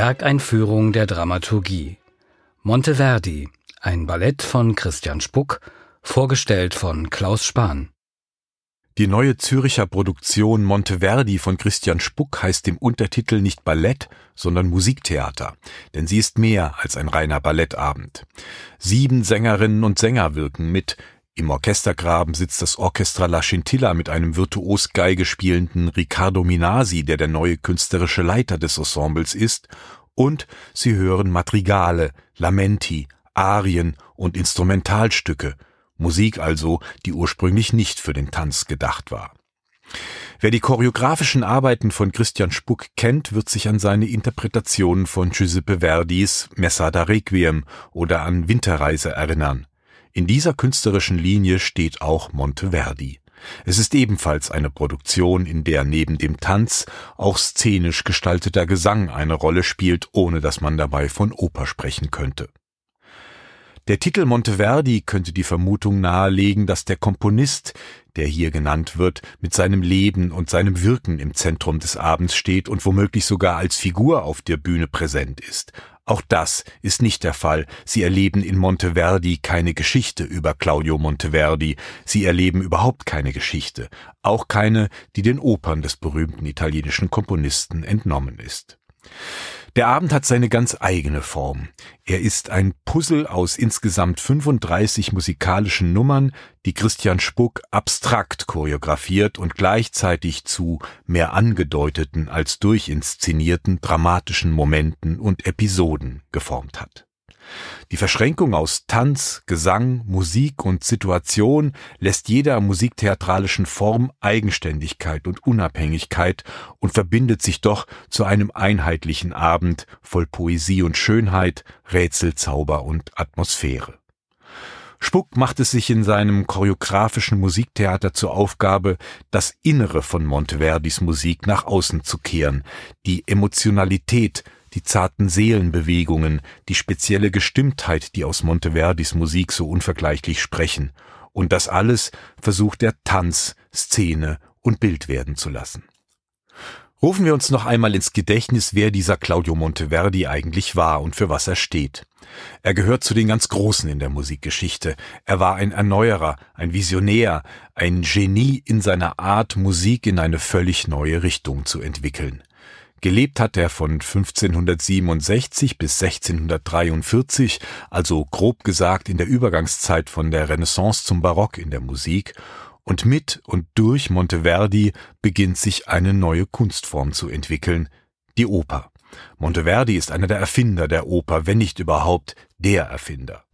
Werkeinführung der Dramaturgie. Monteverdi, ein Ballett von Christian Spuck, vorgestellt von Klaus Spahn. Die neue Züricher Produktion Monteverdi von Christian Spuck heißt im Untertitel nicht Ballett, sondern Musiktheater, denn sie ist mehr als ein reiner Ballettabend. 7 Sängerinnen und Sänger wirken mit. Im Orchestergraben sitzt das Orchestra La Scintilla mit einem virtuos Geige spielenden Riccardo Minasi, der neue künstlerische Leiter des Ensembles ist, und sie hören Madrigale, Lamenti, Arien und Instrumentalstücke, Musik also, die ursprünglich nicht für den Tanz gedacht war. Wer die choreografischen Arbeiten von Christian Spuck kennt, wird sich an seine Interpretationen von Giuseppe Verdis Messa da Requiem oder an Winterreise erinnern. In dieser künstlerischen Linie steht auch Monteverdi. Es ist ebenfalls eine Produktion, in der neben dem Tanz auch szenisch gestalteter Gesang eine Rolle spielt, ohne dass man dabei von Oper sprechen könnte. Der Titel Monteverdi könnte die Vermutung nahelegen, dass der Komponist, der hier genannt wird, mit seinem Leben und seinem Wirken im Zentrum des Abends steht und womöglich sogar als Figur auf der Bühne präsent ist. Auch das ist nicht der Fall. Sie erleben in Monteverdi keine Geschichte über Claudio Monteverdi. Sie erleben überhaupt keine Geschichte. Auch keine, die den Opern des berühmten italienischen Komponisten entnommen ist. Der Abend hat seine ganz eigene Form. Er ist ein Puzzle aus insgesamt 35 musikalischen Nummern, die Christian Spuck abstrakt choreografiert und gleichzeitig zu mehr angedeuteten als durchinszenierten dramatischen Momenten und Episoden geformt hat. Die Verschränkung aus Tanz, Gesang, Musik und Situation lässt jeder musiktheatralischen Form Eigenständigkeit und Unabhängigkeit und verbindet sich doch zu einem einheitlichen Abend voll Poesie und Schönheit, Rätsel, Zauber und Atmosphäre. Spuck macht es sich in seinem choreografischen Musiktheater zur Aufgabe, das Innere von Monteverdis Musik nach außen zu kehren, die Emotionalität, die zarten Seelenbewegungen, die spezielle Gestimmtheit, die aus Monteverdis Musik so unvergleichlich sprechen. Und das alles versucht der Tanz, Szene und Bild werden zu lassen. Rufen wir uns noch einmal ins Gedächtnis, wer dieser Claudio Monteverdi eigentlich war und für was er steht. Er gehört zu den ganz Großen in der Musikgeschichte. Er war ein Erneuerer, ein Visionär, ein Genie in seiner Art, Musik in eine völlig neue Richtung zu entwickeln. Gelebt hat er von 1567 bis 1643, also grob gesagt in der Übergangszeit von der Renaissance zum Barock in der Musik, und mit und durch Monteverdi beginnt sich eine neue Kunstform zu entwickeln, die Oper. Monteverdi ist einer der Erfinder der Oper, wenn nicht überhaupt der Erfinder.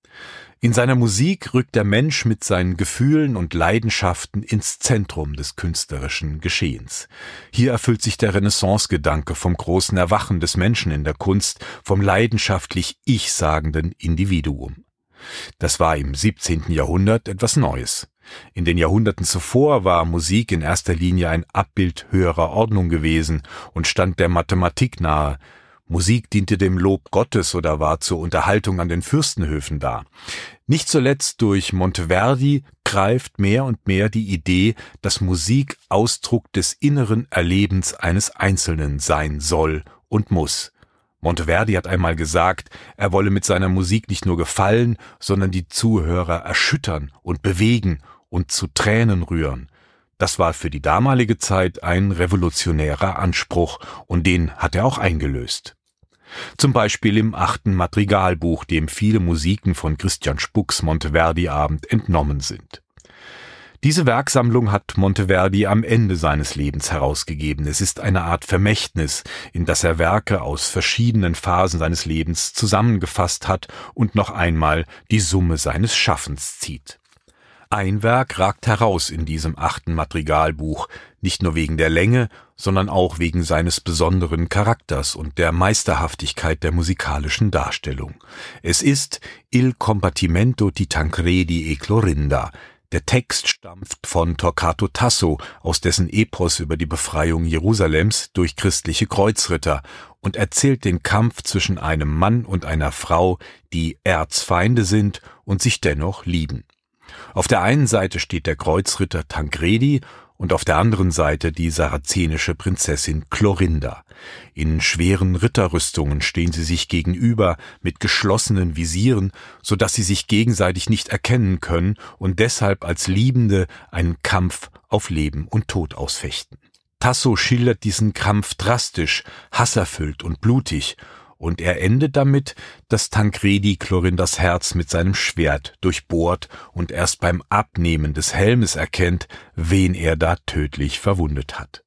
In seiner Musik rückt der Mensch mit seinen Gefühlen und Leidenschaften ins Zentrum des künstlerischen Geschehens. Hier erfüllt sich der Renaissance-Gedanke vom großen Erwachen des Menschen in der Kunst, vom leidenschaftlich ich-sagenden Individuum. Das war im 17. Jahrhundert etwas Neues. In den Jahrhunderten zuvor war Musik in erster Linie ein Abbild höherer Ordnung gewesen und stand der Mathematik nahe. Musik diente dem Lob Gottes oder war zur Unterhaltung an den Fürstenhöfen da. Nicht zuletzt durch Monteverdi greift mehr und mehr die Idee, dass Musik Ausdruck des inneren Erlebens eines Einzelnen sein soll und muss. Monteverdi hat einmal gesagt, er wolle mit seiner Musik nicht nur gefallen, sondern die Zuhörer erschüttern und bewegen und zu Tränen rühren. Das war für die damalige Zeit ein revolutionärer Anspruch und den hat er auch eingelöst. Zum Beispiel im 8. Madrigalbuch, dem viele Musiken von Christian Spucks Monteverdi-Abend entnommen sind. Diese Werksammlung hat Monteverdi am Ende seines Lebens herausgegeben. Es ist eine Art Vermächtnis, in das er Werke aus verschiedenen Phasen seines Lebens zusammengefasst hat und noch einmal die Summe seines Schaffens zieht. Ein Werk ragt heraus in diesem 8. Madrigalbuch, nicht nur wegen der Länge, sondern auch wegen seines besonderen Charakters und der Meisterhaftigkeit der musikalischen Darstellung. Es ist Il Combattimento di Tancredi e Clorinda. Der Text stammt von Torquato Tasso aus dessen Epos über die Befreiung Jerusalems durch christliche Kreuzritter und erzählt den Kampf zwischen einem Mann und einer Frau, die Erzfeinde sind und sich dennoch lieben. Auf der einen Seite steht der Kreuzritter Tancredi und auf der anderen Seite die sarazenische Prinzessin Clorinda. In schweren Ritterrüstungen stehen sie sich gegenüber mit geschlossenen Visieren, so dass sie sich gegenseitig nicht erkennen können und deshalb als Liebende einen Kampf auf Leben und Tod ausfechten. Tasso schildert diesen Kampf drastisch, hasserfüllt und blutig, und er endet damit, dass Tancredi Clorindas Herz mit seinem Schwert durchbohrt und erst beim Abnehmen des Helmes erkennt, wen er da tödlich verwundet hat.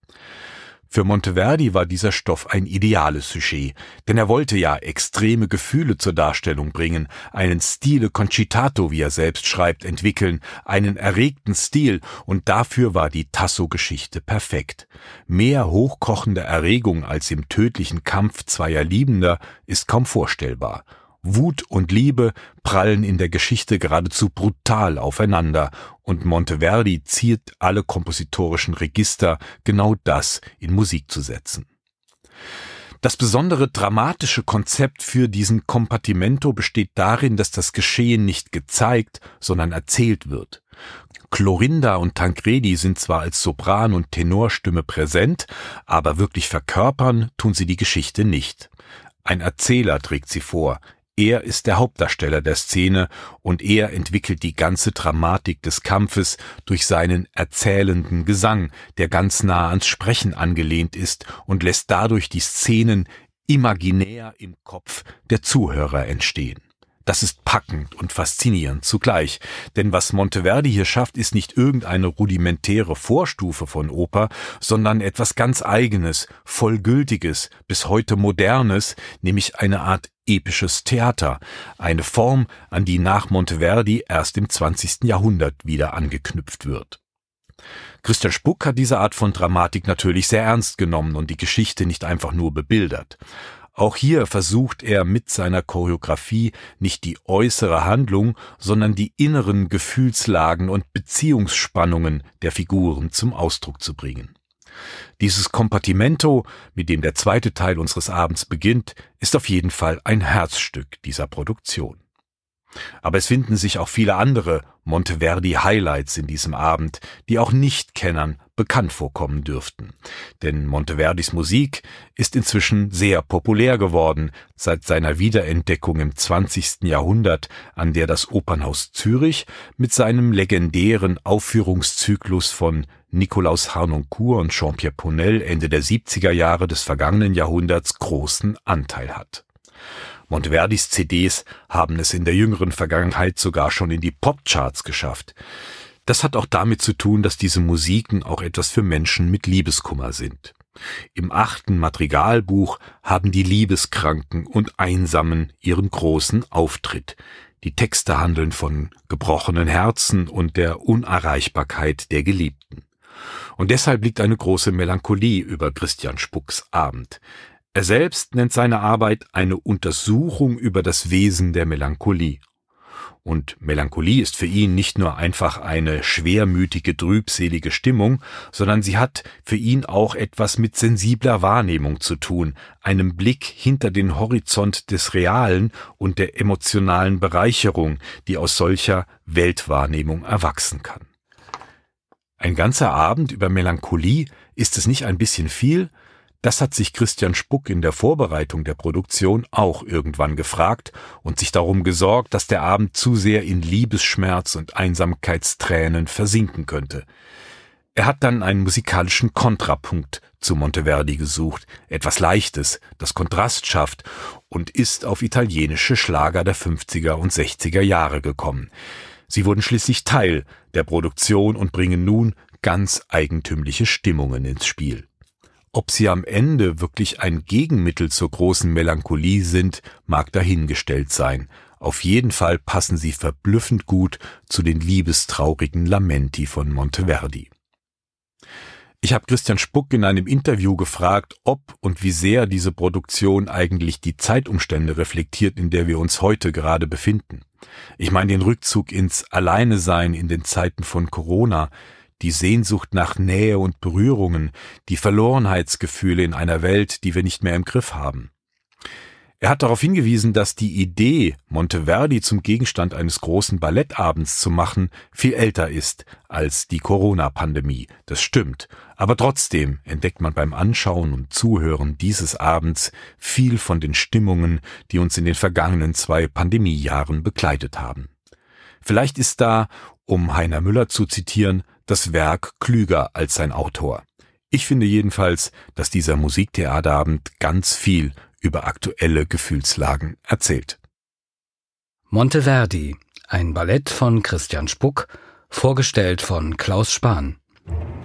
Für Monteverdi war dieser Stoff ein ideales Sujet, denn er wollte ja extreme Gefühle zur Darstellung bringen, einen Stile concitato, wie er selbst schreibt, entwickeln, einen erregten Stil, und dafür war die Tasso-Geschichte perfekt. Mehr hochkochende Erregung als im tödlichen Kampf zweier Liebender ist kaum vorstellbar. Wut und Liebe prallen in der Geschichte geradezu brutal aufeinander, und Monteverdi ziert alle kompositorischen Register, genau das in Musik zu setzen. Das besondere dramatische Konzept für diesen Compartimento besteht darin, dass das Geschehen nicht gezeigt, sondern erzählt wird. Clorinda und Tancredi sind zwar als Sopran- und Tenorstimme präsent, aber wirklich verkörpern tun sie die Geschichte nicht. Ein Erzähler trägt sie vor. Er ist der Hauptdarsteller der Szene und er entwickelt die ganze Dramatik des Kampfes durch seinen erzählenden Gesang, der ganz nah ans Sprechen angelehnt ist und lässt dadurch die Szenen imaginär im Kopf der Zuhörer entstehen. Das ist packend und faszinierend zugleich, denn was Monteverdi hier schafft, ist nicht irgendeine rudimentäre Vorstufe von Oper, sondern etwas ganz Eigenes, Vollgültiges, bis heute Modernes, nämlich eine Art episches Theater, eine Form, an die nach Monteverdi erst im 20. Jahrhundert wieder angeknüpft wird. Christian Spuck hat diese Art von Dramatik natürlich sehr ernst genommen und die Geschichte nicht einfach nur bebildert. Auch hier versucht er mit seiner Choreografie nicht die äußere Handlung, sondern die inneren Gefühlslagen und Beziehungsspannungen der Figuren zum Ausdruck zu bringen. Dieses Compartimento, mit dem der zweite Teil unseres Abends beginnt, ist auf jeden Fall ein Herzstück dieser Produktion. Aber es finden sich auch viele andere Monteverdi-Highlights in diesem Abend, die auch Nichtkennern bekannt vorkommen dürften. Denn Monteverdis Musik ist inzwischen sehr populär geworden, seit seiner Wiederentdeckung im 20. Jahrhundert, an der das Opernhaus Zürich mit seinem legendären Aufführungszyklus von Nikolaus Harnoncourt und Jean-Pierre Pournelle Ende der 70er Jahre des vergangenen Jahrhunderts großen Anteil hat. Monteverdis CDs haben es in der jüngeren Vergangenheit sogar schon in die Popcharts geschafft. Das hat auch damit zu tun, dass diese Musiken auch etwas für Menschen mit Liebeskummer sind. Im 8. Madrigalbuch haben die Liebeskranken und Einsamen ihren großen Auftritt. Die Texte handeln von gebrochenen Herzen und der Unerreichbarkeit der Geliebten. Und deshalb liegt eine große Melancholie über Christian Spucks Abend. Er selbst nennt seine Arbeit eine Untersuchung über das Wesen der Melancholie. Und Melancholie ist für ihn nicht nur einfach eine schwermütige, trübselige Stimmung, sondern sie hat für ihn auch etwas mit sensibler Wahrnehmung zu tun, einem Blick hinter den Horizont des Realen und der emotionalen Bereicherung, die aus solcher Weltwahrnehmung erwachsen kann. Ein ganzer Abend über Melancholie, ist es nicht ein bisschen viel? Das hat sich Christian Spuck in der Vorbereitung der Produktion auch irgendwann gefragt und sich darum gesorgt, dass der Abend zu sehr in Liebesschmerz und Einsamkeitstränen versinken könnte. Er hat dann einen musikalischen Kontrapunkt zu Monteverdi gesucht, etwas Leichtes, das Kontrast schafft, und ist auf italienische Schlager der 50er und 60er Jahre gekommen. Sie wurden schließlich Teil der Produktion und bringen nun ganz eigentümliche Stimmungen ins Spiel. Ob sie am Ende wirklich ein Gegenmittel zur großen Melancholie sind, mag dahingestellt sein. Auf jeden Fall passen sie verblüffend gut zu den liebestraurigen Lamenti von Monteverdi. Ich habe Christian Spuck in einem Interview gefragt, ob und wie sehr diese Produktion eigentlich die Zeitumstände reflektiert, in der wir uns heute gerade befinden. Ich meine den Rückzug ins Alleinesein in den Zeiten von Corona, die Sehnsucht nach Nähe und Berührungen, die Verlorenheitsgefühle in einer Welt, die wir nicht mehr im Griff haben. Er hat darauf hingewiesen, dass die Idee, Monteverdi zum Gegenstand eines großen Ballettabends zu machen, viel älter ist als die Corona-Pandemie. Das stimmt. Aber trotzdem entdeckt man beim Anschauen und Zuhören dieses Abends viel von den Stimmungen, die uns in den vergangenen 2 Pandemiejahren begleitet haben. Vielleicht ist da, um Heiner Müller zu zitieren, das Werk klüger als sein Autor. Ich finde jedenfalls, dass dieser Musiktheaterabend ganz viel über aktuelle Gefühlslagen erzählt. Monteverdi, ein Ballett von Christian Spuck, vorgestellt von Klaus Spahn.